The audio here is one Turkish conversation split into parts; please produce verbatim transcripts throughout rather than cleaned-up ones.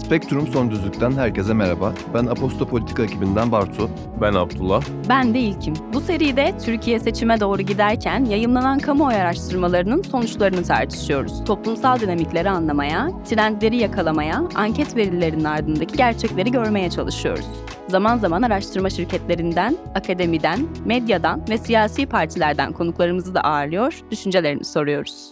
Spektrum Son Düzlük'ten herkese merhaba. Ben Aposto Politika ekibinden Bartu. Ben Abdullah. Ben de İlkim. Bu seride Türkiye seçime doğru giderken yayımlanan kamuoyu araştırmalarının sonuçlarını tartışıyoruz. Toplumsal dinamikleri anlamaya, trendleri yakalamaya, anket verilerinin ardındaki gerçekleri görmeye çalışıyoruz. Zaman zaman araştırma şirketlerinden, akademiden, medyadan ve siyasi partilerden konuklarımızı da ağırlıyor, düşüncelerini soruyoruz.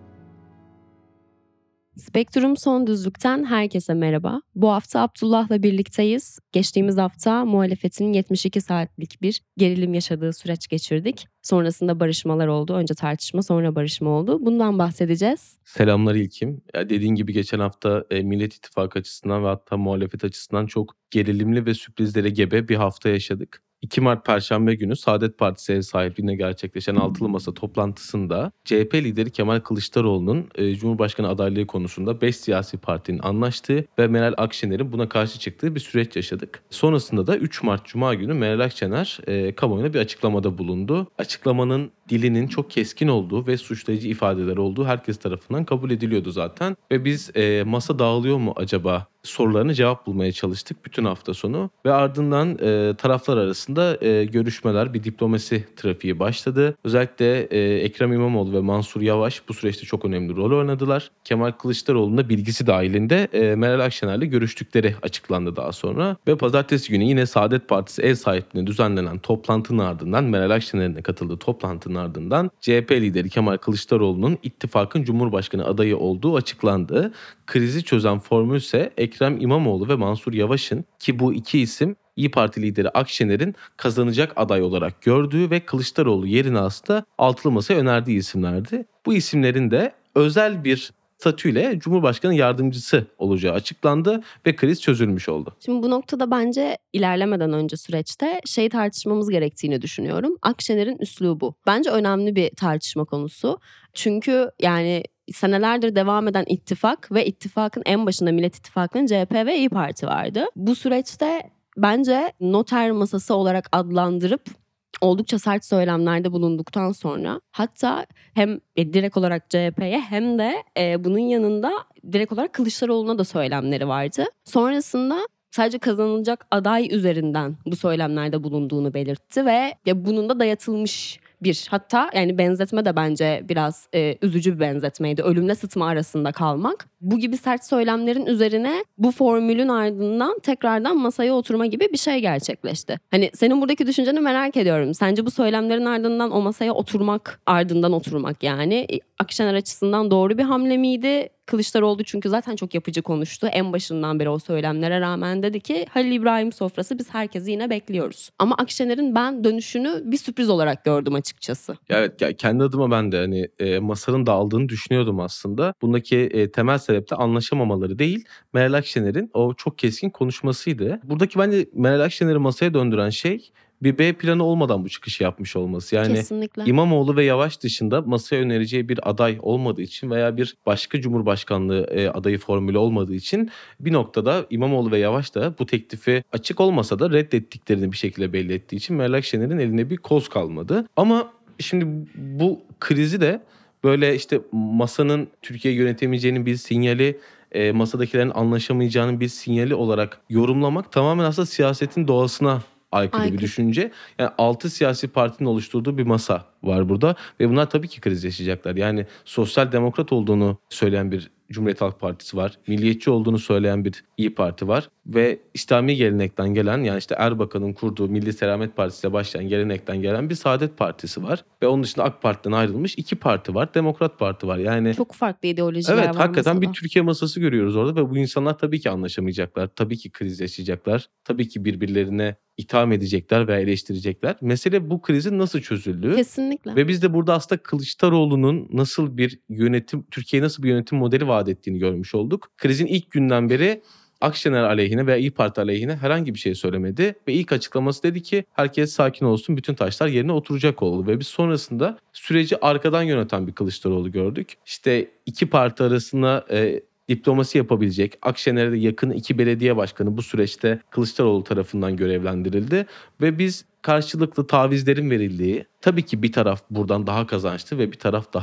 Spektrum Son Düzlük'ten herkese merhaba. Bu hafta Abdullah'la birlikteyiz. Geçtiğimiz hafta muhalefetin yetmiş iki saatlik bir gerilim yaşadığı süreç geçirdik. Sonrasında barışmalar oldu. Önce tartışma, sonra barışma oldu. Bundan bahsedeceğiz. Selamlar İlkim. Ya dediğin gibi geçen hafta e, Millet İttifakı açısından ve hatta muhalefet açısından çok gerilimli ve sürprizlere gebe bir hafta yaşadık. iki Mart Perşembe günü Saadet Partisi ev sahipliğinde gerçekleşen Altılı Masa toplantısında C H P lideri Kemal Kılıçdaroğlu'nun e, Cumhurbaşkanı adaylığı konusunda beş siyasi partinin anlaştığı ve Meral Akşener'in buna karşı çıktığı bir süreç yaşadık. Sonrasında da üç Mart Cuma günü Meral Akşener e, kamuoyuna bir açıklamada bulundu. Açıklamanın dilinin çok keskin olduğu ve suçlayıcı ifadeler olduğu herkes tarafından kabul ediliyordu zaten. Ve biz e, masa dağılıyor mu acaba sorularına cevap bulmaya çalıştık bütün hafta sonu. Ve ardından e, taraflar arasında e, görüşmeler, bir diplomasi trafiği başladı. Özellikle e, Ekrem İmamoğlu ve Mansur Yavaş bu süreçte çok önemli rol oynadılar. Kemal Kılıçdaroğlu'nun da bilgisi dahilinde e, Meral Akşener'le görüştükleri açıklandı daha sonra. Ve pazartesi günü yine Saadet Partisi ev sahipliğinde düzenlenen toplantının ardından, Meral Akşener'in de katıldığı toplantının ardından C H P lideri Kemal Kılıçdaroğlu'nun ittifakın Cumhurbaşkanı adayı olduğu açıklandı. Krizi çözen formül ise Ekrem İmamoğlu ve Mansur Yavaş'ın, ki bu iki isim İYİ Parti lideri Akşener'in kazanacak aday olarak gördüğü ve Kılıçdaroğlu yerine aslında Altılı Masa'ya önerdiği isimlerdi. Bu isimlerin de özel bir statüyle Cumhurbaşkanı yardımcısı olacağı açıklandı ve kriz çözülmüş oldu. Şimdi bu noktada bence ilerlemeden önce süreçte şeyi tartışmamız gerektiğini düşünüyorum. Akşener'in üslubu. Bence önemli bir tartışma konusu. Çünkü yani senelerdir devam eden ittifak ve ittifakın en başında Millet İttifakı'nın C H P ve İYİ Parti vardı. Bu süreçte bence noter masası olarak adlandırıp oldukça sert söylemlerde bulunduktan sonra, hatta hem direkt olarak C H P'ye hem de e, bunun yanında direkt olarak Kılıçdaroğlu'na da söylemleri vardı. Sonrasında sadece kazanılacak aday üzerinden bu söylemlerde bulunduğunu belirtti ve ya bunun da dayatılmış bir, hatta yani benzetme de bence biraz e, üzücü bir benzetmeydi. Ölümle sıtma arasında kalmak. Bu gibi sert söylemlerin üzerine bu formülün ardından tekrardan masaya oturma gibi bir şey gerçekleşti. Hani senin buradaki düşünceni merak ediyorum. Sence bu söylemlerin ardından o masaya oturmak, ardından oturmak yani Akşener açısından doğru bir hamle miydi? Kılıçdaroğlu çünkü zaten çok yapıcı konuştu. En başından beri o söylemlere rağmen dedi ki Halil İbrahim sofrası, biz herkesi yine bekliyoruz. Ama Akşener'in ben dönüşünü bir sürpriz olarak gördüm açıkçası. Evet, ya kendi adıma ben de hani e, masanın dağıldığını düşünüyordum aslında. Bundaki e, temel sebep de anlaşamamaları değil, Meral Akşener'in o çok keskin konuşmasıydı. Buradaki bence Meral Akşener'i masaya döndüren şey bir B planı olmadan bu çıkışı yapmış olması. Yani Kesinlikle. İmamoğlu ve Yavaş dışında masaya önereceği bir aday olmadığı için veya bir başka Cumhurbaşkanlığı e, adayı formülü olmadığı için bir noktada İmamoğlu ve Yavaş da bu teklifi açık olmasa da reddettiklerini bir şekilde belli ettiği için Meral Akşener'in elinde bir koz kalmadı. Ama şimdi bu krizi de böyle işte masanın Türkiye yönetemeyeceğinin bir sinyali, e, masadakilerin anlaşamayacağının bir sinyali olarak yorumlamak tamamen aslında siyasetin doğasına aykırı Aykırı. bir düşünce. Yani altı siyasi partinin oluşturduğu bir masa var burada ve bunlar tabii ki kriz yaşayacaklar. Yani sosyal demokrat olduğunu söyleyen bir Cumhuriyet Halk Partisi var. Milliyetçi olduğunu söyleyen bir İYİ Parti var. Ve İslami gelenekten gelen, yani işte Erbakan'ın kurduğu Milli Selamet Partisi ile başlayan gelenekten gelen bir Saadet Partisi var. Ve onun dışında AK Parti'den ayrılmış iki parti var. Demokrat Parti var. Yani Çok farklı ideolojiler evet, var hakikaten masada. bir Türkiye masası görüyoruz orada ve bu insanlar tabii ki anlaşamayacaklar. Tabii ki kriz yaşayacaklar. Tabii ki birbirlerine itham edecekler veya eleştirecekler. Mesele bu krizin nasıl çözüldüğü. Kesinlikle. Ve biz de burada aslında Kılıçdaroğlu'nun nasıl bir yönetim, Türkiye'ye nasıl bir yönetim modeli vaat ettiğini görmüş olduk. Krizin ilk günden beri Akşener aleyhine veya İYİ Parti aleyhine herhangi bir şey söylemedi. Ve ilk açıklaması dedi ki herkes sakin olsun, bütün taşlar yerine oturacak oldu. Ve biz sonrasında süreci arkadan yöneten bir Kılıçdaroğlu gördük. İşte iki parti arasında e, diplomasi yapabilecek, Akşener'e de yakın iki belediye başkanı bu süreçte Kılıçdaroğlu tarafından görevlendirildi. Ve biz karşılıklı tavizlerin verildiği, tabii ki bir taraf buradan daha kazançlı ve bir taraf daha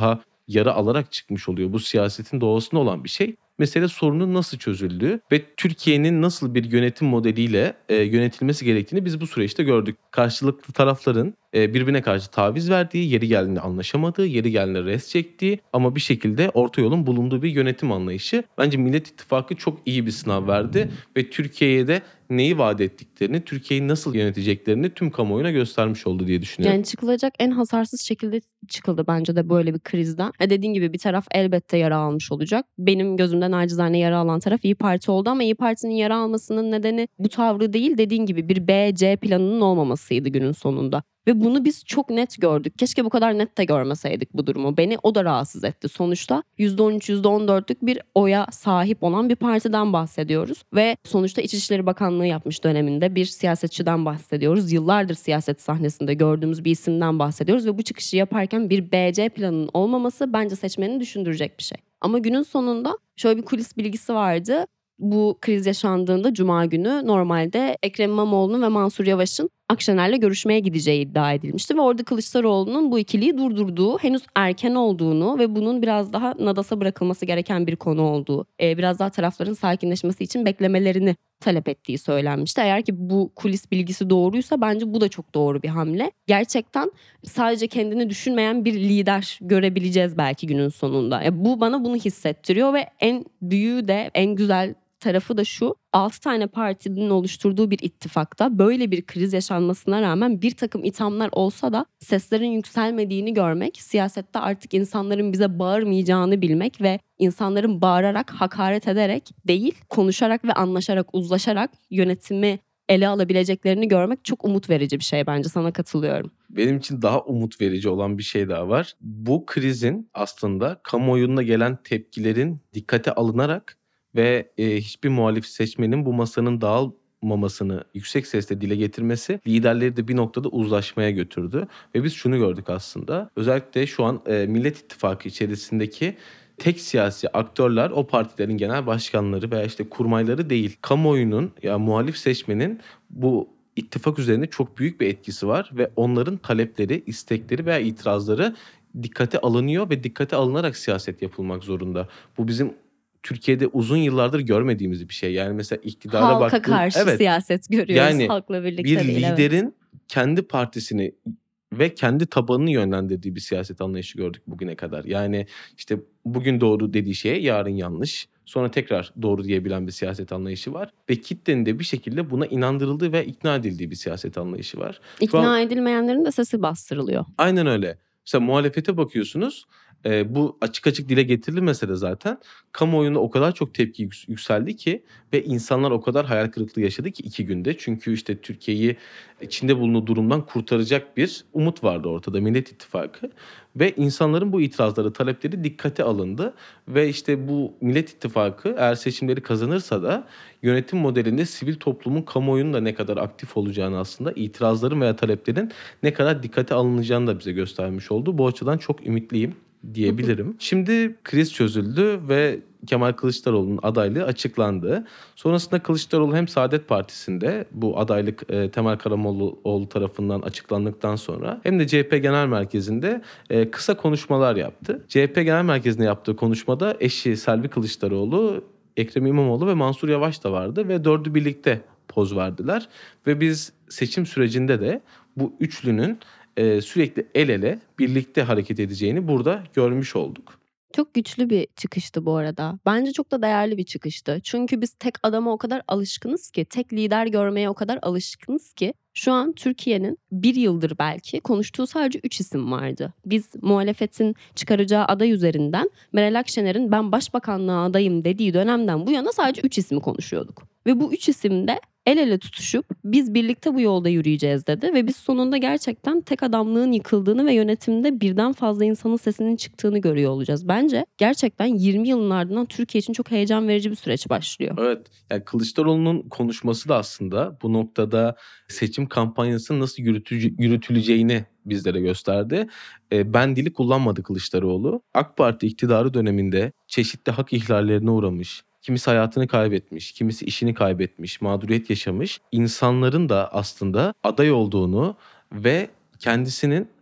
yara alarak çıkmış oluyor. Bu siyasetin doğasında olan bir şey. Mesele sorunun nasıl çözüldüğü ve Türkiye'nin nasıl bir yönetim modeliyle e, yönetilmesi gerektiğini biz bu süreçte gördük. Karşılıklı tarafların e, birbirine karşı taviz verdiği, yeri geldiğinde anlaşamadığı, yeri geldiğinde res çektiği ama bir şekilde orta yolun bulunduğu bir yönetim anlayışı. Bence Millet İttifakı çok iyi bir sınav verdi ve Türkiye'ye de neyi vaat ettiklerini, Türkiye'yi nasıl yöneteceklerini tüm kamuoyuna göstermiş oldu diye düşünüyorum. Yani çıkılacak en hasarsız şekilde çıkıldı bence de böyle bir krizden. E dediğin gibi bir taraf elbette yara almış olacak. Benim gözümden acizane yara alan taraf İYİ Parti oldu ama İYİ Parti'nin yara almasının nedeni bu tavrı değil, dediğin gibi bir B C planının olmamasıydı günün sonunda. Ve bunu biz çok net gördük. Keşke bu kadar net de görmeseydik bu durumu. Beni o da rahatsız etti. Sonuçta yüzde on üç yüzde on dörtlük bir oya sahip olan bir partiden bahsediyoruz. Ve sonuçta İçişleri Bakanlığı yapmış döneminde bir siyasetçiden bahsediyoruz. Yıllardır siyaset sahnesinde gördüğümüz bir isimden bahsediyoruz. Ve bu çıkışı yaparken bir B C planının olmaması bence seçmeni düşündürecek bir şey. Ama günün sonunda şöyle bir kulis bilgisi vardı. Bu kriz yaşandığında Cuma günü normalde Ekrem İmamoğlu'nun ve Mansur Yavaş'ın Akşener'le görüşmeye gideceği iddia edilmişti. Ve orada Kılıçdaroğlu'nun bu ikiliyi durdurduğu, henüz erken olduğunu ve bunun biraz daha nadasa bırakılması gereken bir konu olduğu, biraz daha tarafların sakinleşmesi için beklemelerini talep ettiği söylenmişti. Eğer ki bu kulis bilgisi doğruysa bence bu da çok doğru bir hamle. Gerçekten sadece kendini düşünmeyen bir lider görebileceğiz belki günün sonunda. Ya bu bana bunu hissettiriyor ve en büyüğü de en güzel tarafı da şu: altı tane partinin oluşturduğu bir ittifakta böyle bir kriz yaşanmasına rağmen bir takım ithamlar olsa da seslerin yükselmediğini görmek, siyasette artık insanların bize bağırmayacağını bilmek ve insanların bağırarak, hakaret ederek değil, konuşarak ve anlaşarak, uzlaşarak yönetimi ele alabileceklerini görmek çok umut verici bir şey bence. Sana katılıyorum. Benim için daha umut verici olan bir şey daha var. Bu krizin aslında kamuoyuna gelen tepkilerin dikkate alınarak ve e, hiçbir muhalif seçmenin bu masanın dağılmamasını yüksek sesle dile getirmesi liderleri de bir noktada uzlaşmaya götürdü. Ve biz şunu gördük aslında. Özellikle şu an e, Millet İttifakı içerisindeki tek siyasi aktörler o partilerin genel başkanları veya işte kurmayları değil. Kamuoyunun ya muhalif seçmenin bu ittifak üzerinde çok büyük bir etkisi var ve onların talepleri, istekleri veya itirazları dikkate alınıyor ve dikkate alınarak siyaset yapılmak zorunda. Bu bizim Türkiye'de uzun yıllardır görmediğimiz bir şey. Yani mesela iktidara Halka baktığın... karşı evet, siyaset görüyoruz, yani halkla birlikte bir değil. liderin evet. kendi partisini ve kendi tabanını yönlendirdiği bir siyaset anlayışı gördük bugüne kadar. Yani işte bugün doğru dediği şeye yarın yanlış, sonra tekrar doğru diyebilen bir siyaset anlayışı var. Ve kitlenin de bir şekilde buna inandırıldığı ve ikna edildiği bir siyaset anlayışı var. İkna an... edilmeyenlerin de sesi bastırılıyor. Aynen öyle. Mesela muhalefete bakıyorsunuz. E, bu açık açık dile getirilmese de zaten kamuoyunda o kadar çok tepki yükseldi ki ve insanlar o kadar hayal kırıklığı yaşadı ki iki günde. Çünkü işte Türkiye'yi içinde bulunduğu durumdan kurtaracak bir umut vardı ortada, Millet İttifakı. Ve insanların bu itirazları, talepleri dikkate alındı. Ve işte bu Millet İttifakı eğer seçimleri kazanırsa da yönetim modelinde sivil toplumun, kamuoyunun da ne kadar aktif olacağını, aslında itirazların veya taleplerin ne kadar dikkate alınacağını da bize göstermiş oldu. Bu açıdan çok ümitliyim diyebilirim. Şimdi kriz çözüldü ve Kemal Kılıçdaroğlu'nun adaylığı açıklandı. Sonrasında Kılıçdaroğlu hem Saadet Partisi'nde bu adaylık e, Temel Karamollaoğlu tarafından açıklandıktan sonra hem de C H P Genel Merkezi'nde e, kısa konuşmalar yaptı. C H P Genel Merkezi'nde yaptığı konuşmada eşi Selvi Kılıçdaroğlu, Ekrem İmamoğlu ve Mansur Yavaş da vardı ve dördü birlikte poz verdiler. Ve biz seçim sürecinde de bu üçlünün e, sürekli el ele birlikte hareket edeceğini burada görmüş olduk. Çok güçlü bir çıkıştı bu arada. Bence çok da değerli bir çıkıştı. Çünkü biz tek adama o kadar alışkınız ki, tek lider görmeye o kadar alışkınız ki şu an Türkiye'nin bir yıldır belki konuştuğu sadece üç isim vardı. Biz muhalefetin çıkaracağı aday üzerinden Meral Akşener'in ben başbakanlığa adayım dediği dönemden bu yana sadece üç ismi konuşuyorduk. Ve bu üç isim de el ele tutuşup biz birlikte bu yolda yürüyeceğiz dedi ve biz sonunda gerçekten tek adamlığın yıkıldığını ve yönetimde birden fazla insanın sesinin çıktığını görüyor olacağız. Bence gerçekten yirmi yılın ardından Türkiye için çok heyecan verici bir süreç başlıyor. Evet, yani Kılıçdaroğlu'nun konuşması da aslında bu noktada seçim kampanyasının nasıl yürütüce- yürütüleceğini bizlere gösterdi. E, ben dili kullanmadı Kılıçdaroğlu. AK Parti iktidarı döneminde çeşitli hak ihlallerine uğramış. Kimisi hayatını kaybetmiş, kimisi işini kaybetmiş, mağduriyet yaşamış. İnsanların da aslında aday olduğunu ve kendisinin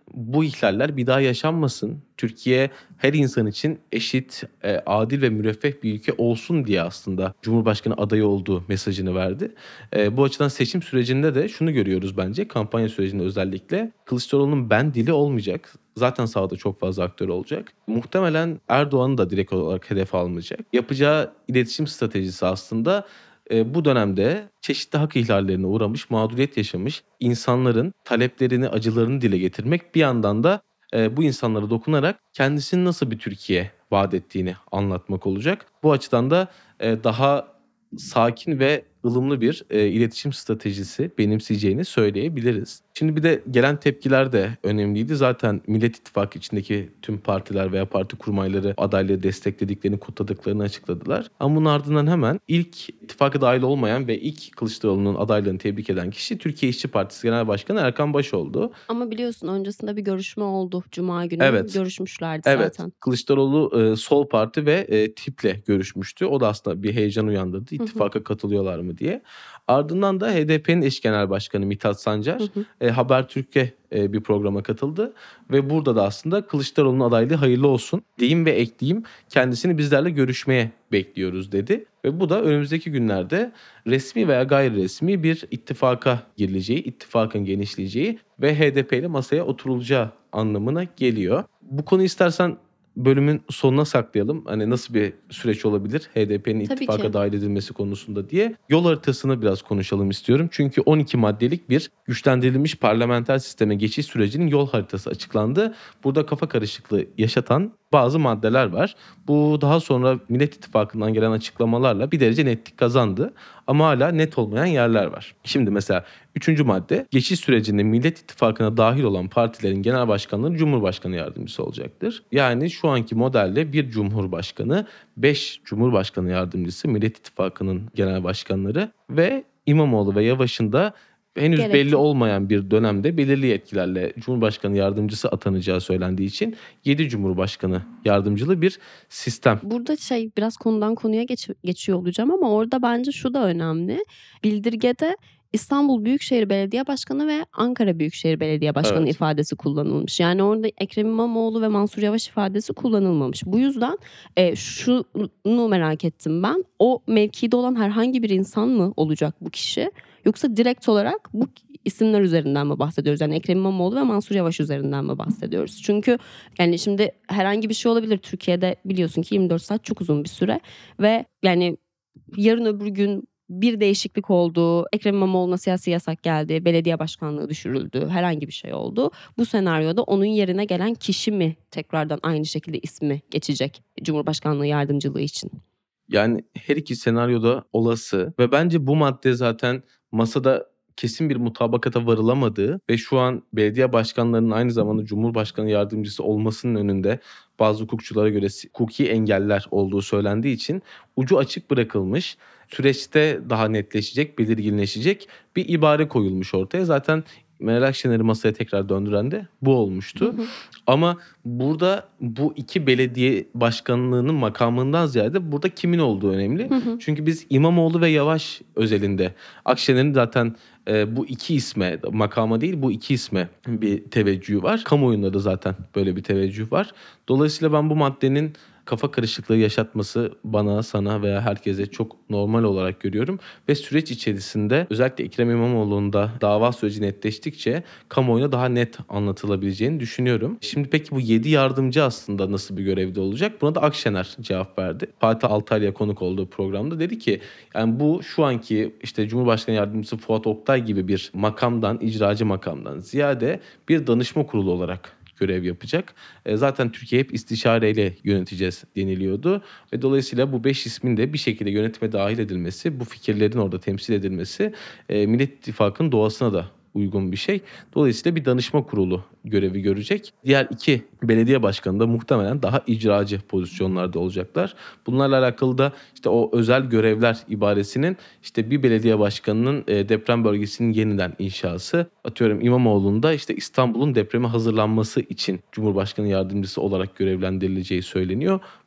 bu ihlaller bir daha yaşanmasın. Türkiye her insan için eşit, e, adil ve müreffeh bir ülke olsun diye aslında Cumhurbaşkanı adayı olduğu mesajını verdi. E, bu açıdan seçim sürecinde de şunu görüyoruz bence. Kampanya sürecinde özellikle Kılıçdaroğlu'nun ben dili olmayacak. Zaten sahada çok fazla aktör olacak. Muhtemelen Erdoğan'ı da direkt olarak hedef almayacak. Yapacağı iletişim stratejisi aslında e, bu dönemde çeşitli hak ihlallerine uğramış, mağduriyet yaşamış insanların taleplerini, acılarını dile getirmek, bir yandan da e, bu insanlara dokunarak kendisinin nasıl bir Türkiye vaat ettiğini anlatmak olacak. Bu açıdan da e, daha sakin ve ılımlı bir e, iletişim stratejisi benimseyeceğini söyleyebiliriz. Şimdi bir de gelen tepkiler de önemliydi. Zaten Millet İttifakı içindeki tüm partiler veya parti kurmayları adayları desteklediklerini, kutladıklarını açıkladılar. Ama bunun ardından hemen ilk ittifaka dahil olmayan ve ilk Kılıçdaroğlu'nun adaylığını tebrik eden kişi Türkiye İşçi Partisi Genel Başkanı Erkan Baş oldu. Ama biliyorsun öncesinde bir görüşme oldu. Cuma günü Evet. görüşmüşlerdi Evet, zaten. Kılıçdaroğlu e, Sol Parti ve e, TİP'le görüşmüştü. O da aslında bir heyecan uyandırdı. İttifaka katılıyorlar mı diye. Ardından da H D P'nin eş genel başkanı Mithat Sancar Hı hı. e, Habertürk'e e, bir programa katıldı. Ve burada da aslında Kılıçdaroğlu'nun adaylığı hayırlı olsun diyeyim ve ekleyeyim, kendisini bizlerle görüşmeye bekliyoruz dedi. Ve bu da önümüzdeki günlerde resmi veya gayri resmi bir ittifaka girileceği, ittifakın genişleyeceği ve H D P ile masaya oturulacağı anlamına geliyor. Bu konuyu istersen bölümün sonuna saklayalım. Hani nasıl bir süreç olabilir H D P'nin Tabii ittifaka ki. dahil edilmesi konusunda diye. Yol haritasını biraz konuşalım istiyorum. Çünkü on iki maddelik bir güçlendirilmiş parlamenter sisteme geçiş sürecinin yol haritası açıklandı. Burada kafa karışıklığı yaşatan bazı maddeler var. Bu daha sonra Millet İttifakı'ndan gelen açıklamalarla bir derece netlik kazandı. Ama hala net olmayan yerler var. Şimdi mesela üçüncü madde, geçiş sürecinde Millet İttifakı'na dahil olan partilerin genel başkanları Cumhurbaşkanı yardımcısı olacaktır. Yani şu anki modelle bir Cumhurbaşkanı, beş Cumhurbaşkanı yardımcısı Millet İttifakı'nın genel başkanları ve İmamoğlu ve Yavaş'ın da henüz Gerekli. belli olmayan bir dönemde belirli yetkilerle Cumhurbaşkanı yardımcısı atanacağı söylendiği için yedi Cumhurbaşkanı yardımcılı bir sistem. Burada şey biraz konudan konuya geç, geçiyor olacağım ama orada bence şu da önemli. Bildirgede İstanbul Büyükşehir Belediye Başkanı ve Ankara Büyükşehir Belediye Başkanı Evet. ifadesi kullanılmış. Yani orada Ekrem İmamoğlu ve Mansur Yavaş ifadesi kullanılmamış. Bu yüzden e, şunu merak ettim ben. O mevkide olan herhangi bir insan mı olacak bu kişi? Yoksa direkt olarak bu isimler üzerinden mi bahsediyoruz? Yani Ekrem İmamoğlu ve Mansur Yavaş üzerinden mi bahsediyoruz? Çünkü yani şimdi herhangi bir şey olabilir. Türkiye'de biliyorsun ki yirmi dört saat çok uzun bir süre ve yani yarın öbür gün bir değişiklik oldu, Ekrem İmamoğlu'na siyasi yasak geldi, belediye başkanlığı düşürüldü, herhangi bir şey oldu. Bu senaryoda onun yerine gelen kişi mi tekrardan aynı şekilde ismi geçecek Cumhurbaşkanlığı yardımcılığı için? Yani her iki senaryoda olası ve bence bu madde zaten masada kesin bir mutabakata varılamadığı ve şu an belediye başkanlarının aynı zamanda Cumhurbaşkanı yardımcısı olmasının önünde bazı hukukçulara göre hukuki engeller olduğu söylendiği için ucu açık bırakılmış, süreçte daha netleşecek, belirginleşecek bir ibare koyulmuş ortaya. Zaten Meral Akşener'i masaya tekrar döndüren de bu olmuştu. Hı hı. Ama burada bu iki belediye başkanlığının makamından ziyade burada kimin olduğu önemli. Hı hı. Çünkü biz İmamoğlu ve Yavaş özelinde Akşener'in zaten e, bu iki isme, makama değil bu iki isme bir teveccühü var. Kamuoyunda da zaten böyle bir teveccüh var. Dolayısıyla ben bu maddenin kafa karışıklığı yaşatması bana, sana veya herkese çok normal olarak görüyorum. Ve süreç içerisinde özellikle Ekrem İmamoğlu'nun da dava süreci netleştikçe kamuoyuna daha net anlatılabileceğini düşünüyorum. Şimdi peki bu yedi yardımcı aslında nasıl bir görevde olacak? Buna da Akşener cevap verdi. Fatih Altaylı'ya konuk olduğu programda dedi ki yani bu şu anki işte Cumhurbaşkanı Yardımcısı Fuat Oktay gibi bir makamdan, icracı makamdan ziyade bir danışma kurulu olarak görev yapacak. E, zaten Türkiye hep istişareyle yöneteceğiz deniliyordu. Ve dolayısıyla bu beş ismin de bir şekilde yönetime dahil edilmesi, bu fikirlerin orada temsil edilmesi e, Millet İttifakı'nın doğasına da uygun bir şey. Dolayısıyla bir danışma kurulu görevi görecek. Diğer iki belediye başkanı da muhtemelen daha icracı pozisyonlarda olacaklar. Bunlarla alakalı da işte o özel görevler ibaresinin işte bir belediye başkanının e, deprem bölgesinin yeniden inşası, atıyorum İmamoğlu'nun da işte İstanbul'un depreme hazırlanması için Cumhurbaşkanı yardımcısı olarak görevlendirileceği söyleniyor.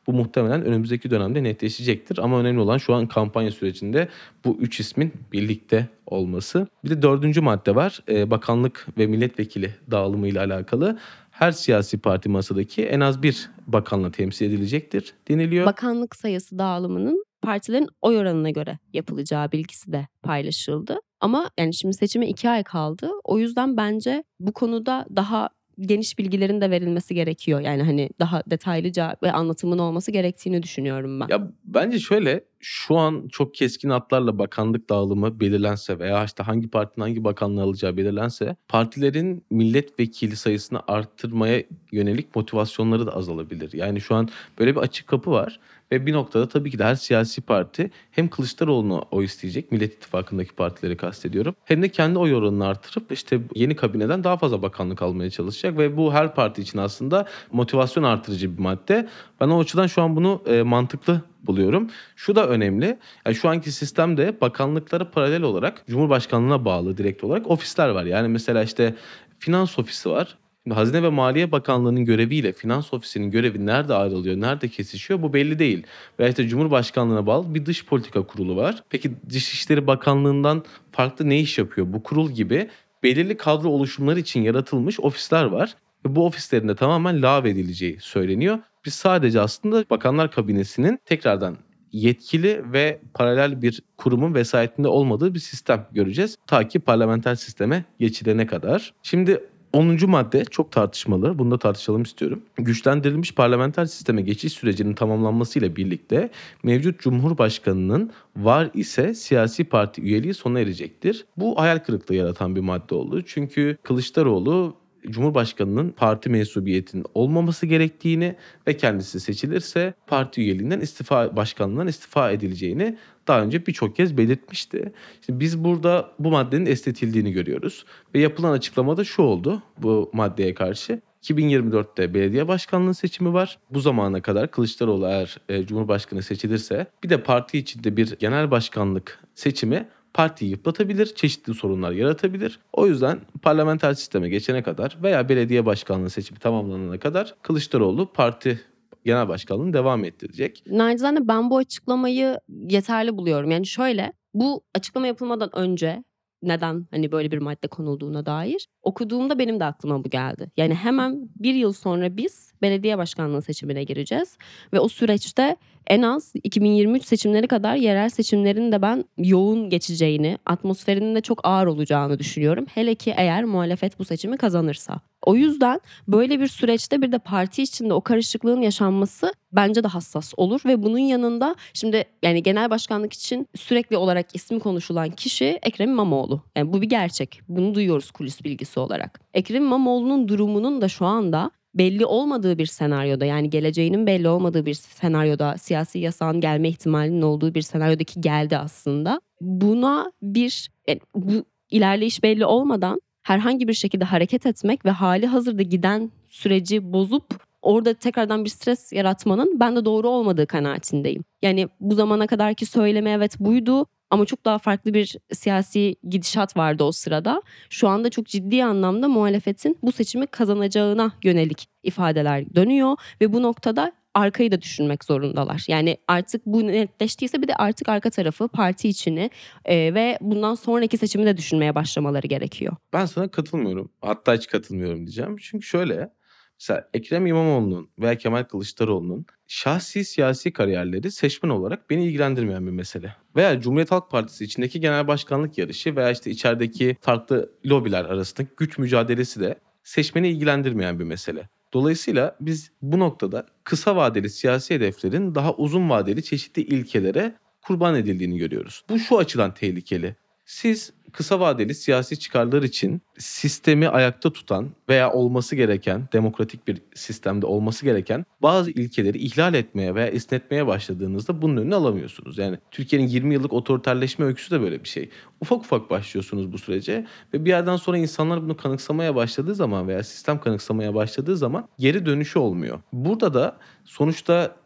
Bu muhtemelen önümüzdeki dönemde netleşecektir. Ama önemli olan şu an kampanya sürecinde bu üç ismin birlikte olması. Bir de dördüncü madde var. Ee, bakanlık ve milletvekili dağılımı ile alakalı. Her siyasi parti masadaki en az bir bakanla temsil edilecektir deniliyor. Bakanlık sayısı dağılımının partilerin oy oranına göre yapılacağı bilgisi de paylaşıldı. Ama yani şimdi seçime iki ay kaldı. O yüzden bence bu konuda daha geniş bilgilerin de verilmesi gerekiyor. Yani hani daha detaylıca ve anlatımın olması gerektiğini düşünüyorum ben. Ya bence şöyle, şu an çok keskin hatlarla bakanlık dağılımı belirlense veya işte hangi partinin hangi bakanlığı alacağı belirlense partilerin milletvekili sayısını arttırmaya yönelik motivasyonları da azalabilir. Yani şu an böyle bir açık kapı var ve bir noktada tabii ki de her siyasi parti hem Kılıçdaroğlu'na oy isteyecek, Millet İttifakı'ndaki partileri kastediyorum, hem de kendi oy oranını artırıp işte yeni kabineden daha fazla bakanlık almaya çalışacak ve bu her parti için aslında motivasyon artırıcı bir madde. Ben o açıdan şu an bunu e, mantıklı buluyorum. Şu da önemli. Yani şu anki sistemde bakanlıklara paralel olarak Cumhurbaşkanlığına bağlı direkt olarak ofisler var. Yani mesela işte finans ofisi var. Şimdi Hazine ve Maliye Bakanlığı'nın göreviyle finans ofisinin görevi nerede ayrılıyor, nerede kesişiyor bu belli değil. Veya işte Cumhurbaşkanlığına bağlı bir dış politika kurulu var. Peki Dışişleri Bakanlığı'ndan farklı ne iş yapıyor bu kurul gibi belirli kadro oluşumları için yaratılmış ofisler var. Ve bu ofislerin de tamamen lağvedileceği söyleniyor. Biz sadece aslında Bakanlar Kabinesi'nin tekrardan yetkili ve paralel bir kurumun vesayetinde olmadığı bir sistem göreceğiz. Ta ki parlamenter sisteme geçilene kadar. Şimdi onuncu madde çok tartışmalı. Bunu da tartışalım istiyorum. Güçlendirilmiş parlamenter sisteme geçiş sürecinin tamamlanmasıyla birlikte mevcut Cumhurbaşkanı'nın var ise siyasi parti üyeliği sona erecektir. Bu hayal kırıklığı yaratan bir madde oldu. Çünkü Kılıçdaroğlu Cumhurbaşkanı'nın parti mensubiyetinin olmaması gerektiğini ve kendisi seçilirse parti üyeliğinden istifa, başkanlığından istifa edileceğini daha önce birçok kez belirtmişti. Şimdi biz burada bu maddenin esnetildiğini görüyoruz ve yapılan açıklamada şu oldu bu maddeye karşı. iki bin yirmi dörtte belediye başkanlığı seçimi var. Bu zamana kadar Kılıçdaroğlu eğer e, Cumhurbaşkanı seçilirse bir de parti içinde bir genel başkanlık seçimi partiyi yıpratabilir, çeşitli sorunlar yaratabilir. O yüzden parlamenter sisteme geçene kadar veya belediye başkanlığı seçimi tamamlanana kadar Kılıçdaroğlu parti genel başkanlığını devam ettirecek. Nacizane ben bu açıklamayı yeterli buluyorum. Yani şöyle, bu açıklama yapılmadan önce neden hani böyle bir madde konulduğuna dair okuduğumda benim de aklıma bu geldi. Yani hemen bir yıl sonra biz belediye başkanlığı seçimine gireceğiz ve o süreçte en az iki bin yirmi üç seçimleri kadar yerel seçimlerin de ben yoğun geçeceğini, atmosferinin de çok ağır olacağını düşünüyorum. Hele ki eğer muhalefet bu seçimi kazanırsa. O yüzden böyle bir süreçte bir de parti içinde o karışıklığın yaşanması bence de hassas olur ve bunun yanında şimdi yani genel başkanlık için sürekli olarak ismi konuşulan kişi Ekrem İmamoğlu. Yani bu bir gerçek. Bunu duyuyoruz kulis bilgisi olarak. Ekrem İmamoğlu'nun durumunun da şu anda belli olmadığı bir senaryoda, yani geleceğinin belli olmadığı bir senaryoda, siyasi yasağın gelme ihtimalinin olduğu bir senaryodaki geldi aslında. Buna bir yani bu ilerleyiş belli olmadan herhangi bir şekilde hareket etmek ve hali hazırda giden süreci bozup orada tekrardan bir stres yaratmanın ben de doğru olmadığı kanaatindeyim. Yani bu zamana kadarki söyleme evet buydu ama çok daha farklı bir siyasi gidişat vardı o sırada. Şu anda çok ciddi anlamda muhalefetin bu seçimi kazanacağına yönelik ifadeler dönüyor ve bu noktada arkayı da düşünmek zorundalar. Yani artık bu netleştiyse bir de artık arka tarafı, parti içini e, ve bundan sonraki seçimi de düşünmeye başlamaları gerekiyor. Ben sana katılmıyorum. Hatta hiç katılmıyorum diyeceğim. Çünkü şöyle, mesela Ekrem İmamoğlu'nun veya Kemal Kılıçdaroğlu'nun şahsi siyasi kariyerleri seçmen olarak beni ilgilendirmeyen bir mesele. Veya Cumhuriyet Halk Partisi içindeki genel başkanlık yarışı veya işte içerideki farklı lobiler arasındaki güç mücadelesi de seçmeni ilgilendirmeyen bir mesele. Dolayısıyla biz bu noktada kısa vadeli siyasi hedeflerin daha uzun vadeli çeşitli ilkelere kurban edildiğini görüyoruz. Bu şu açıdan tehlikeli. Siz kısa vadeli siyasi çıkarlar için sistemi ayakta tutan veya olması gereken, demokratik bir sistemde olması gereken bazı ilkeleri ihlal etmeye veya esnetmeye başladığınızda bunun önüne alamıyorsunuz. Yani Türkiye'nin yirmi yıllık otoriterleşme öyküsü de böyle bir şey. Ufak ufak başlıyorsunuz bu sürece ve bir yerden sonra insanlar bunu kanıksamaya başladığı zaman veya sistem kanıksamaya başladığı zaman geri dönüşü olmuyor. Burada da sonuçta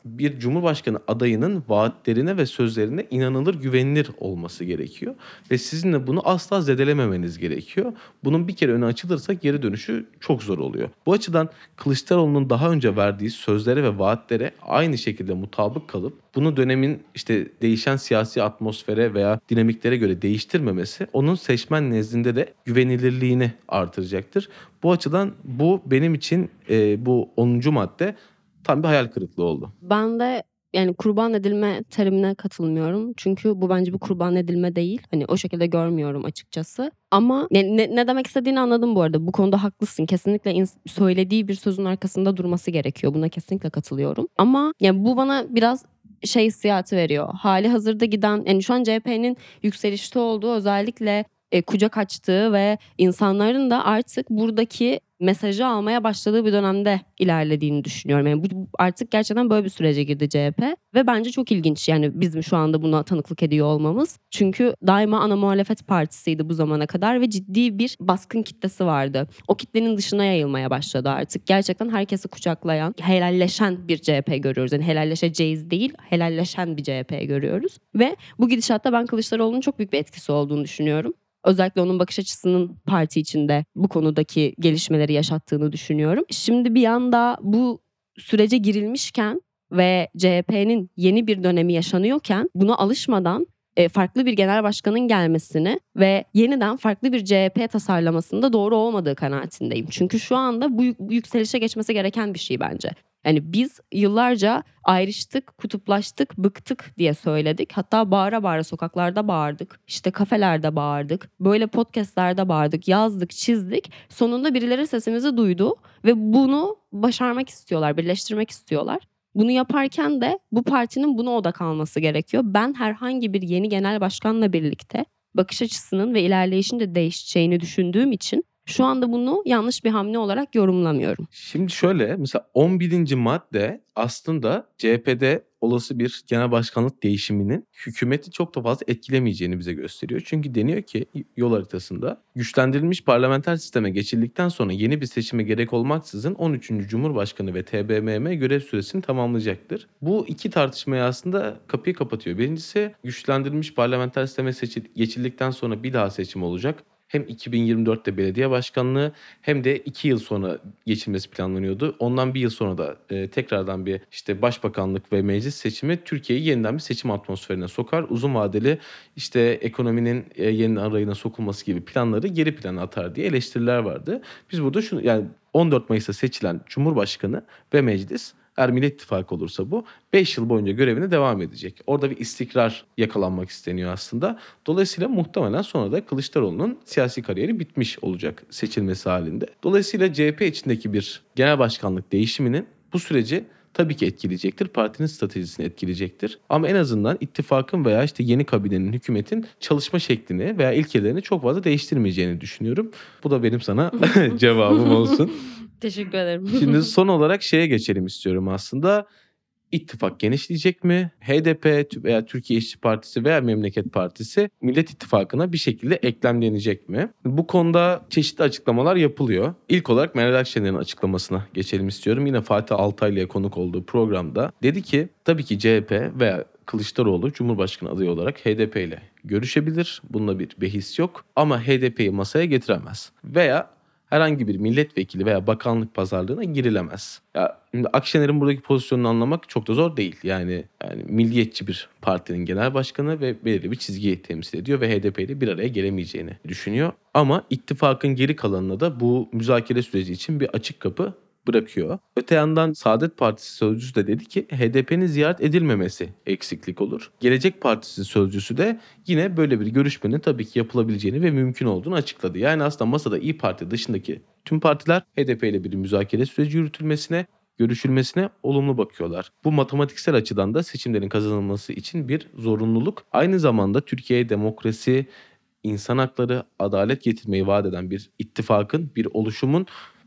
bir Cumhurbaşkanı adayının vaatlerine ve sözlerine inanılır, güvenilir olması gerekiyor. Ve sizin de bunu asla zedelememeniz gerekiyor. Bunun bir kere önü açılırsa geri dönüşü çok zor oluyor. Bu açıdan Kılıçdaroğlu'nun daha önce verdiği sözlere ve vaatlere aynı şekilde mutabık kalıp bunu dönemin işte değişen siyasi atmosfere veya dinamiklere göre değiştirmemesi onun seçmen nezdinde de güvenilirliğini artıracaktır. Bu açıdan bu benim için e, bu onuncu madde tam bir hayal kırıklığı oldu. Ben de yani kurban edilme terimine katılmıyorum. Çünkü bu bence bir kurban edilme değil. Hani o şekilde görmüyorum açıkçası. Ama ne, ne, ne demek istediğini anladım bu arada. Bu konuda haklısın. Kesinlikle ins- söylediği bir sözün arkasında durması gerekiyor. Buna kesinlikle katılıyorum. Ama yani bu bana biraz şey hissiyatı veriyor. Hali hazırda giden, yani şu an C H P'nin yükselişte olduğu, özellikle e, kucak açtığı ve insanların da artık buradaki mesajı almaya başladığı bir dönemde ilerlediğini düşünüyorum. Yani bu artık gerçekten böyle bir sürece girdi C H P ve bence çok ilginç, yani bizim şu anda buna tanıklık ediyor olmamız. Çünkü daima ana muhalefet partisiydi bu zamana kadar ve ciddi bir baskın kitlesi vardı. O kitlenin dışına yayılmaya başladı artık. Gerçekten herkesi kucaklayan, helalleşen bir C H P görüyoruz. Yani helalleşeceğiz değil, helalleşen bir C H P görüyoruz. Ve bu gidişatta ben Kılıçdaroğlu'nun çok büyük bir etkisi olduğunu düşünüyorum. Özellikle onun bakış açısının parti içinde bu konudaki gelişmeleri yaşattığını düşünüyorum. Şimdi bir yanda bu sürece girilmişken ve C H P'nin yeni bir dönemi yaşanıyorken buna alışmadan e, farklı bir genel başkanın gelmesini ve yeniden farklı bir C H P tasarlamasında doğru olmadığı kanaatindeyim. Çünkü şu anda bu, bu yükselişe geçmesi gereken bir şey bence. Yani biz yıllarca ayrıştık, kutuplaştık, bıktık diye söyledik. Hatta bağıra bağıra sokaklarda bağırdık. İşte kafelerde bağırdık. Böyle podcastlerde bağırdık, yazdık, çizdik. Sonunda birileri sesimizi duydu ve bunu başarmak istiyorlar, birleştirmek istiyorlar. Bunu yaparken de bu partinin buna odak alması gerekiyor. Ben herhangi bir yeni genel başkanla birlikte bakış açısının ve ilerleyişin de değişeceğini düşündüğüm için şu anda bunu yanlış bir hamle olarak yorumlamıyorum. Şimdi şöyle, mesela on birinci madde aslında C H P'de olası bir genel başkanlık değişiminin hükümeti çok da fazla etkilemeyeceğini bize gösteriyor. Çünkü deniyor ki yol haritasında güçlendirilmiş parlamenter sisteme geçildikten sonra yeni bir seçime gerek olmaksızın on üçüncü Cumhurbaşkanı ve T B M M görev süresini tamamlayacaktır. Bu iki tartışmayı aslında kapıyı kapatıyor. Birincisi, güçlendirilmiş parlamenter sisteme seçil- geçildikten sonra bir daha seçim olacak. Hem iki bin yirmi dörtte belediye başkanlığı hem de iki yıl sonra geçilmesi planlanıyordu. Ondan bir yıl sonra da e, tekrardan bir işte başbakanlık ve meclis seçimi Türkiye'yi yeniden bir seçim atmosferine sokar. Uzun vadeli işte ekonominin e, yeniden rayına sokulması gibi planları geri plana atar diye eleştiriler vardı. Biz burada şunu, yani on dört Mayıs'ta seçilen Cumhurbaşkanı ve meclis, eğer Millet İttifakı olursa bu beş yıl boyunca görevine devam edecek. Orada bir istikrar yakalanmak isteniyor aslında. Dolayısıyla muhtemelen sonra da Kılıçdaroğlu'nun siyasi kariyeri bitmiş olacak seçilmesi halinde. Dolayısıyla C H P içindeki bir genel başkanlık değişiminin bu süreci tabii ki etkileyecektir. Partinin stratejisini etkileyecektir. Ama en azından ittifakın veya işte yeni kabinenin, hükümetin çalışma şeklini veya ilkelerini çok fazla değiştirmeyeceğini düşünüyorum. Bu da benim sana cevabım olsun. Teşekkür ederim. Şimdi son olarak şeye geçelim istiyorum aslında. İttifak genişleyecek mi? H D P veya Türkiye İşçi Partisi veya Memleket Partisi Millet İttifakı'na bir şekilde eklemlenecek mi? Bu konuda çeşitli açıklamalar yapılıyor. İlk olarak Meral Akşener'in açıklamasına geçelim istiyorum. Yine Fatih Altaylı'ya konuk olduğu programda dedi ki tabii ki C H P veya Kılıçdaroğlu Cumhurbaşkanı adayı olarak H D P ile görüşebilir. Bunda bir behis yok. Ama H D P'yi masaya getiremez. Veya herhangi bir milletvekili veya bakanlık pazarlığına girilemez. Ya şimdi Akşener'in buradaki pozisyonunu anlamak çok da zor değil. Yani, yani milliyetçi bir partinin genel başkanı ve belirli bir çizgiyi temsil ediyor ve H D P ile bir araya gelemeyeceğini düşünüyor. Ama ittifakın geri kalanına da bu müzakere süreci için bir açık kapı bırakıyor. Öte yandan Saadet Partisi sözcüsü de dedi ki H D P'nin ziyaret edilmemesi eksiklik olur. Gelecek Partisi sözcüsü de yine böyle bir görüşmenin tabii ki yapılabileceğini ve mümkün olduğunu açıkladı. Yani aslında masada İYİ Parti dışındaki tüm partiler H D P ile bir müzakere süreci yürütülmesine, görüşülmesine olumlu bakıyorlar. Bu matematiksel açıdan da seçimlerin kazanılması için bir zorunluluk. Aynı zamanda Türkiye'ye demokrasi, insan hakları, adalet getirmeyi vaat eden bir ittifakın, bir oluşumun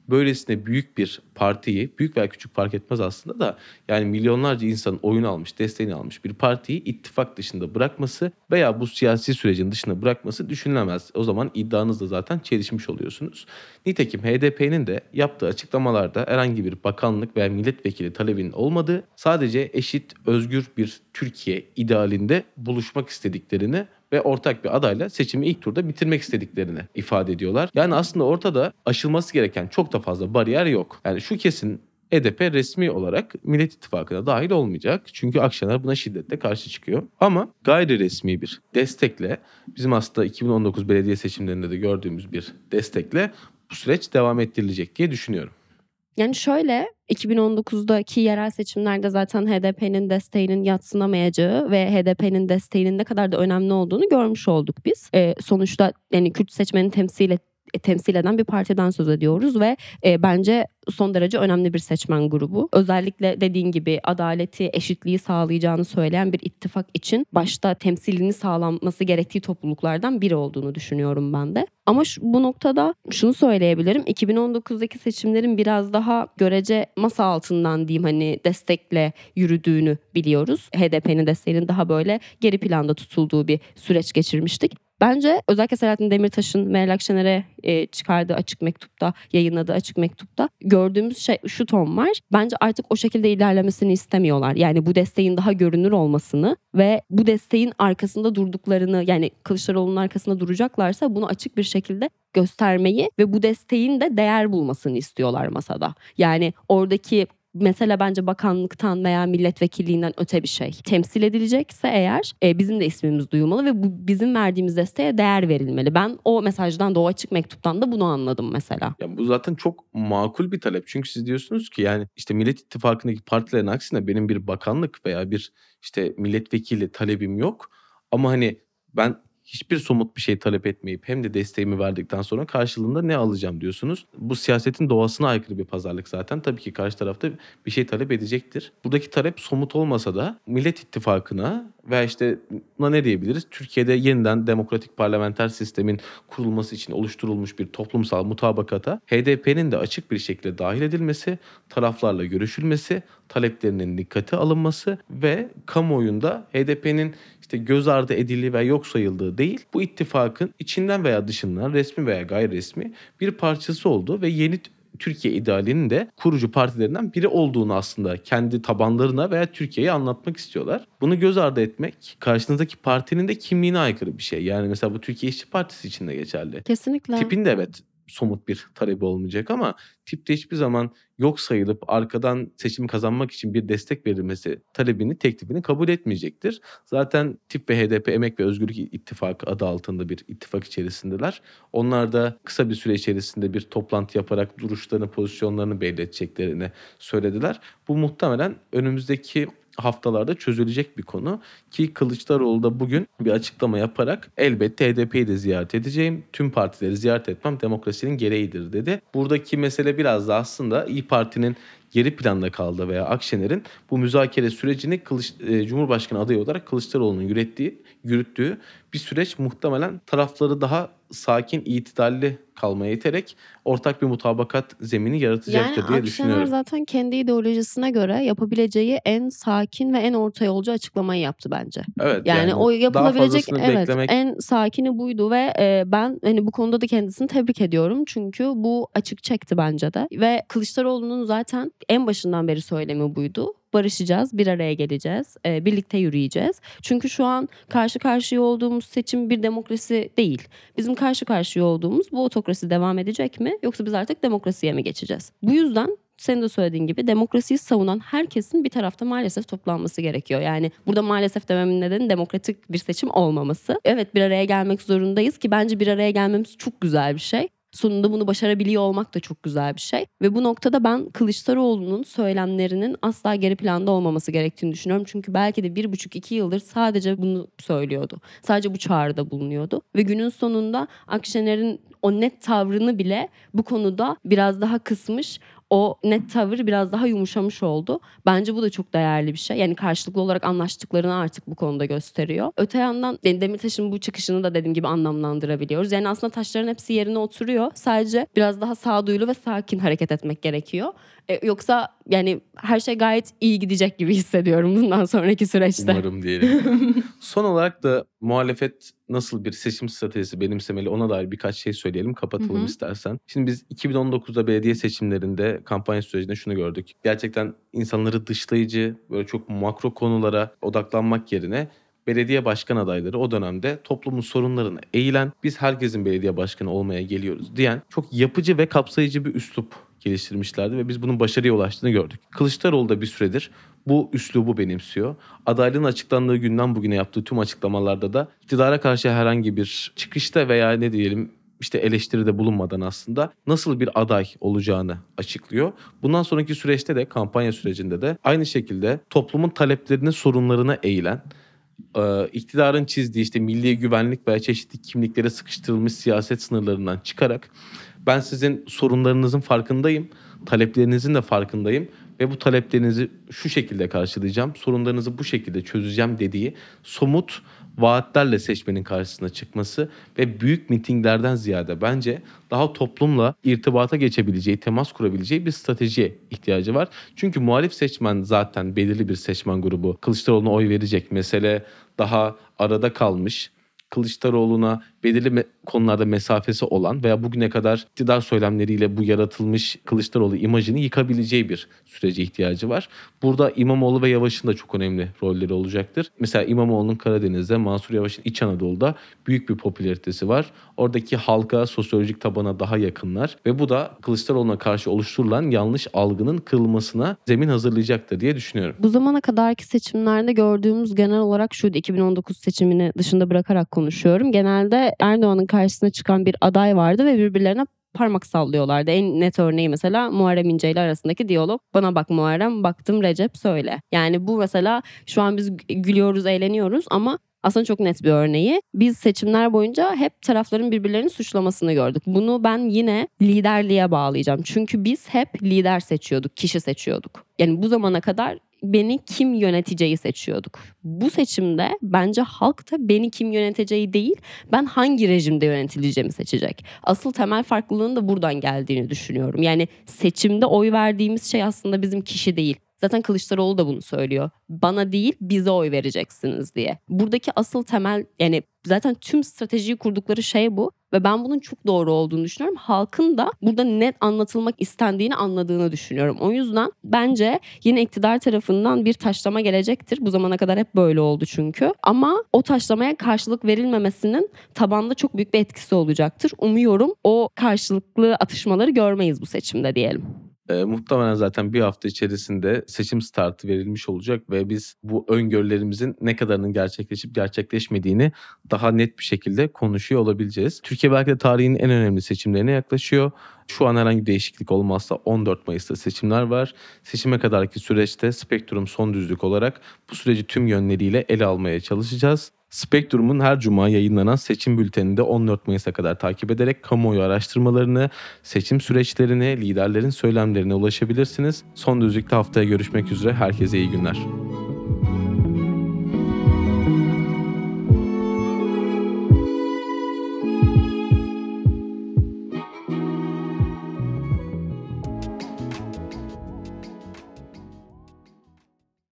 böylesine büyük bir partiyi, büyük veya küçük fark etmez aslında da, yani milyonlarca insanın oyunu almış, desteğini almış bir partiyi ittifak dışında bırakması veya bu siyasi sürecin dışında bırakması düşünülemez. O zaman iddianızla zaten çelişmiş oluyorsunuz. Nitekim H D P'nin de yaptığı açıklamalarda herhangi bir bakanlık veya milletvekili talebinin olmadığı, sadece eşit, özgür bir Türkiye idealinde buluşmak istediklerini ve ortak bir adayla seçimi ilk turda bitirmek istediklerini ifade ediyorlar. Yani aslında ortada aşılması gereken çok da fazla bariyer yok. Yani şu kesin, H D P resmi olarak Millet İttifakı'na dahil olmayacak. Çünkü Akşener buna şiddetle karşı çıkıyor. Ama gayri resmi bir destekle, bizim aslında iki bin on dokuz belediye seçimlerinde de gördüğümüz bir destekle bu süreç devam ettirilecek diye düşünüyorum. Yani şöyle, iki bin on dokuzdaki yerel seçimlerde zaten H D P'nin desteğinin yadsınamayacağı ve H D P'nin desteğinin ne kadar da önemli olduğunu görmüş olduk biz. Ee, sonuçta yani Kürt seçmeni temsil et, temsil eden bir partiden söz ediyoruz ve e, bence son derece önemli bir seçmen grubu. Özellikle dediğin gibi adaleti, eşitliği sağlayacağını söyleyen bir ittifak için başta temsilini sağlanması gerektiği topluluklardan biri olduğunu düşünüyorum ben de. Ama şu, bu noktada şunu söyleyebilirim. iki bin on dokuzdaki seçimlerin biraz daha görece masa altından diyeyim hani destekle yürüdüğünü biliyoruz. H D P'nin desteğinin daha böyle geri planda tutulduğu bir süreç geçirmiştik. Bence özellikle Selahattin Demirtaş'ın Meral Akşener'e e, çıkardığı açık mektupta, yayınladığı açık mektupta gördüğümüz şey şu ton var. Bence artık o şekilde ilerlemesini istemiyorlar. Yani bu desteğin daha görünür olmasını ve bu desteğin arkasında durduklarını, yani Kılıçdaroğlu'nun arkasında duracaklarsa bunu açık bir şekilde göstermeyi ve bu desteğin de değer bulmasını istiyorlar masada. Yani oradaki mesele bence bakanlıktan veya milletvekilliğinden öte bir şey. Temsil edilecekse eğer e, bizim de ismimiz duyulmalı ve bu bizim verdiğimiz desteğe değer verilmeli. Ben o mesajdan da, o açık mektuptan da bunu anladım mesela. Ya bu zaten çok makul bir talep. Çünkü siz diyorsunuz ki yani işte Millet İttifakı'ndaki partilerin aksine benim bir bakanlık veya bir işte milletvekili talebim yok. Ama hani ben hiçbir somut bir şey talep etmeyip hem de desteğimi verdikten sonra karşılığında ne alacağım diyorsunuz. Bu siyasetin doğasına aykırı bir pazarlık zaten. Tabii ki karşı tarafta bir şey talep edecektir. Buradaki talep somut olmasa da Millet İttifakı'na veya işte buna ne diyebiliriz? Türkiye'de yeniden demokratik parlamenter sistemin kurulması için oluşturulmuş bir toplumsal mutabakata H D P'nin de açık bir şekilde dahil edilmesi, taraflarla görüşülmesi, taleplerinin dikkate alınması ve kamuoyunda H D P'nin işte göz ardı edildiği veya yok sayıldığı değil, bu ittifakın içinden veya dışından resmi veya gayri resmi bir parçası olduğu ve yeni Türkiye idealinin de kurucu partilerinden biri olduğunu aslında kendi tabanlarına veya Türkiye'ye anlatmak istiyorlar. Bunu göz ardı etmek karşınızdaki partinin de kimliğine aykırı bir şey. Yani mesela bu Türkiye İşçi Partisi için de geçerli. Kesinlikle. Tipinde evet somut bir talebi olmayacak ama tipte hiçbir zaman yok sayılıp arkadan seçimi kazanmak için bir destek verilmesi talebini, teklifini kabul etmeyecektir. Zaten tip ve H D P Emek ve Özgürlük İttifakı adı altında bir ittifak içerisindeler. Onlar da kısa bir süre içerisinde bir toplantı yaparak duruşlarını, pozisyonlarını belli edeceklerini söylediler. Bu muhtemelen önümüzdeki haftalarda çözülecek bir konu ki Kılıçdaroğlu da bugün bir açıklama yaparak elbette H D P'yi de ziyaret edeceğim. Tüm partileri ziyaret etmem demokrasinin gereğidir dedi. Buradaki mesele biraz da aslında İYİ Parti'nin geri planda kaldığı veya Akşener'in bu müzakere sürecini Kılıç, e, Cumhurbaşkanı adayı olarak Kılıçdaroğlu'nun yürüttüğü, yürüttüğü bir süreç muhtemelen tarafları daha sakin, itidalli kalmaya iterek ortak bir mutabakat zemini yaratacaktır yani diye Akşener düşünüyorum. zaten kendi ideolojisine göre yapabileceği en sakin ve en orta yolcu açıklamayı yaptı bence. Evet, Yani, yani o daha yapılabilecek fazlasını evet beklemek en sakini buydu ve e, ben hani bu konuda da kendisini tebrik ediyorum. Çünkü bu açık çekti bence de. Ve Kılıçdaroğlu'nun zaten en başından beri söylemi buydu. Barışacağız, bir araya geleceğiz, e, birlikte yürüyeceğiz. Çünkü şu an karşı karşıya olduğumuz seçim bir demokrasi değil. Bizim karşı karşıya olduğumuz bu otokrasi devam edecek mi? Yoksa biz artık demokrasiye mi geçeceğiz? Bu yüzden senin de söylediğin gibi demokrasiyi savunan herkesin bir tarafta maalesef toplanması gerekiyor. Yani burada maalesef dememin nedeni demokratik bir seçim olmaması. Evet, bir araya gelmek zorundayız ki bence bir araya gelmemiz çok güzel bir şey. Sonunda bunu başarabiliyor olmak da çok güzel bir şey. Ve bu noktada ben Kılıçdaroğlu'nun söylemlerinin asla geri planda olmaması gerektiğini düşünüyorum. Çünkü belki de bir buçuk iki yıldır sadece bunu söylüyordu. Sadece bu çağrıda bulunuyordu. Ve günün sonunda Akşener'in o net tavrını bile bu konuda biraz daha kısmış. o net tavır biraz daha yumuşamış oldu. Bence bu da çok değerli bir şey. Yani karşılıklı olarak anlaştıklarını artık bu konuda gösteriyor. Öte yandan Demirtaş'ın bu çıkışını da dediğim gibi anlamlandırabiliyoruz. Yani aslında taşların hepsi yerine oturuyor. Sadece biraz daha sağduyulu ve sakin hareket etmek gerekiyor. E, yoksa yani her şey gayet iyi gidecek gibi hissediyorum bundan sonraki süreçte. Umarım diyelim. Son olarak da muhalefet nasıl bir seçim stratejisi benimsemeli ona dair birkaç şey söyleyelim, kapatalım Hı hı. istersen. Şimdi biz iki bin on dokuzda belediye seçimlerinde kampanya sürecinde şunu gördük. Gerçekten insanları dışlayıcı, böyle çok makro konulara odaklanmak yerine belediye başkan adayları o dönemde toplumun sorunlarına eğilen, biz herkesin belediye başkanı olmaya geliyoruz diyen çok yapıcı ve kapsayıcı bir üslup geliştirmişlerdi ve biz bunun başarıya ulaştığını gördük. Kılıçdaroğlu da bir süredir bu üslubu benimsiyor. Adaylığın açıklandığı günden bugüne yaptığı tüm açıklamalarda da iktidara karşı herhangi bir çıkışta veya ne diyelim işte eleştiride bulunmadan aslında nasıl bir aday olacağını açıklıyor. Bundan sonraki süreçte de, kampanya sürecinde de aynı şekilde toplumun taleplerine, sorunlarına eğilen, iktidarın çizdiği işte milli güvenlik veya çeşitli kimliklere sıkıştırılmış siyaset sınırlarından çıkarak ben sizin sorunlarınızın farkındayım, taleplerinizin de farkındayım ve bu taleplerinizi şu şekilde karşılayacağım, sorunlarınızı bu şekilde çözeceğim dediği somut vaatlerle seçmenin karşısına çıkması ve büyük mitinglerden ziyade bence daha toplumla irtibata geçebileceği, temas kurabileceği bir stratejiye ihtiyacı var. Çünkü muhalif seçmen zaten belirli bir seçmen grubu. Kılıçdaroğlu'na oy verecek. Mesele daha arada kalmış. Kılıçdaroğlu'na belirli me- konularda mesafesi olan veya bugüne kadar iktidar söylemleriyle bu yaratılmış Kılıçdaroğlu imajını yıkabileceği bir sürece ihtiyacı var. Burada İmamoğlu ve Yavaş'ın da çok önemli rolleri olacaktır. Mesela İmamoğlu'nun Karadeniz'de, Mansur Yavaş'ın İç Anadolu'da büyük bir popülaritesi var. Oradaki halka, sosyolojik tabana daha yakınlar ve bu da Kılıçdaroğlu'na karşı oluşturulan yanlış algının kırılmasına zemin hazırlayacaktır diye düşünüyorum. Bu zamana kadarki seçimlerde gördüğümüz genel olarak şuydu. iki bin on dokuz seçimini dışında bırakarak konuşuyorum. Genelde Erdoğan'ın karşısına çıkan bir aday vardı ve birbirlerine parmak sallıyorlardı. En net örneği mesela Muharrem İnce ile arasındaki diyalog. Bana bak Muharrem, baktım Recep, söyle. Yani bu mesela şu an biz gülüyoruz, eğleniyoruz ama aslında çok net bir örneği. Biz seçimler boyunca hep tarafların birbirlerini suçlamasını gördük. Bunu ben yine liderliğe bağlayacağım. Çünkü biz hep lider seçiyorduk, kişi seçiyorduk. Yani bu zamana kadar beni kim yöneteceği seçiyorduk. Bu seçimde bence halk da beni kim yöneteceği değil, ben hangi rejimde yönetileceğimi seçecek. Asıl temel farklılığın da buradan geldiğini düşünüyorum. Yani seçimde oy verdiğimiz şey aslında bizim kişi değil. Zaten Kılıçdaroğlu da bunu söylüyor. Bana değil, bize oy vereceksiniz diye. Buradaki asıl temel, yani zaten tüm stratejiyi kurdukları şey bu. Ve ben bunun çok doğru olduğunu düşünüyorum. Halkın da burada net anlatılmak istendiğini anladığını düşünüyorum. O yüzden bence yine iktidar tarafından bir taşlama gelecektir. Bu zamana kadar hep böyle oldu çünkü. Ama o taşlamaya karşılık verilmemesinin tabanda çok büyük bir etkisi olacaktır. Umuyorum o karşılıklı atışmaları görmeyiz bu seçimde diyelim. E, muhtemelen zaten bir hafta içerisinde seçim startı verilmiş olacak ve biz bu öngörülerimizin ne kadarının gerçekleşip gerçekleşmediğini daha net bir şekilde konuşuyor olabileceğiz. Türkiye belki de tarihin en önemli seçimlerine yaklaşıyor. Şu an herhangi bir değişiklik olmazsa on dört Mayıs'ta seçimler var. Seçime kadarki süreçte Spektrum son düzlük olarak bu süreci tüm yönleriyle ele almaya çalışacağız. Spektrum'un her cuma yayınlanan seçim bülteninde on dört Mayıs'a kadar takip ederek kamuoyu araştırmalarını, seçim süreçlerini, liderlerin söylemlerine ulaşabilirsiniz. Son düzlükte haftaya görüşmek üzere. Herkese iyi günler.